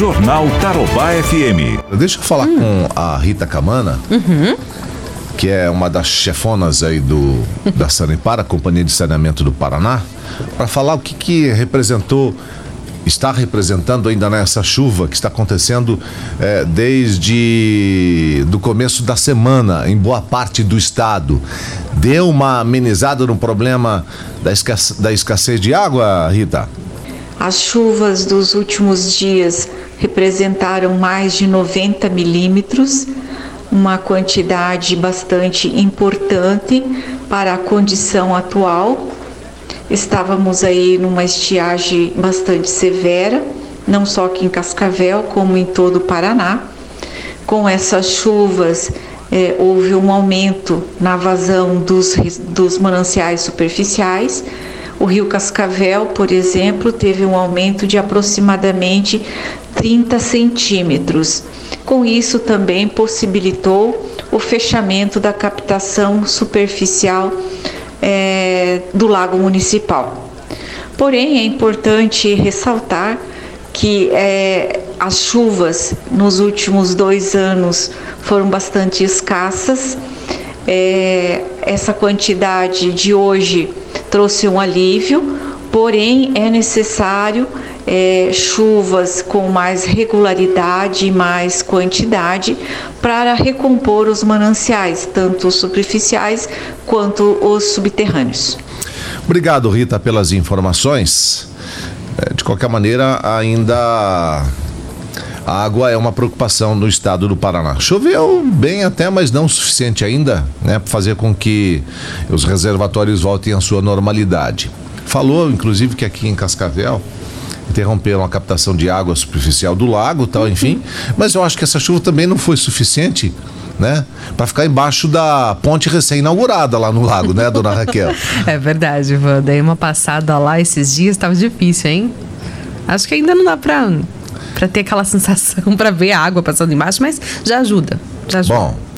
Jornal Tarobá FM. Deixa eu falar com a Rita Camana, que é uma das chefonas aí da Sanepar, a Companhia de Saneamento do Paraná, para falar o que está representando ainda nessa chuva que está acontecendo desde do começo da semana em boa parte do estado. Deu uma amenizada no problema da escassez de água, Rita? As chuvas dos últimos dias representaram mais de 90 milímetros, uma quantidade bastante importante para a condição atual. Estávamos aí numa estiagem bastante severa, não só aqui em Cascavel, como em todo o Paraná. Com essas chuvas, houve um aumento na vazão dos mananciais superficiais. O rio Cascavel, por exemplo, teve um aumento de aproximadamente 30 centímetros. Com isso, também possibilitou o fechamento da captação superficial do Lago Municipal. Porém, é importante ressaltar que as chuvas nos últimos 2 anos foram bastante escassas. Essa quantidade de hoje trouxe um alívio, porém é necessário chuvas com mais regularidade e mais quantidade para recompor os mananciais, tanto os superficiais quanto os subterrâneos. Obrigado, Rita, pelas informações. De qualquer maneira, ainda a água é uma preocupação no estado do Paraná. Choveu bem até, mas não o suficiente ainda, né, para fazer com que os reservatórios voltem à sua normalidade. Falou, inclusive, que aqui em Cascavel interromperam a captação de água superficial do lago, tal, enfim. Mas eu acho que essa chuva também não foi suficiente, né, para ficar embaixo da ponte recém-inaugurada lá no lago, né, dona Raquel? É verdade, Ivan. Dei uma passada lá esses dias, estava difícil, hein? Acho que ainda não dá para ter aquela sensação, para ver a água passando embaixo, mas já ajuda. Bom,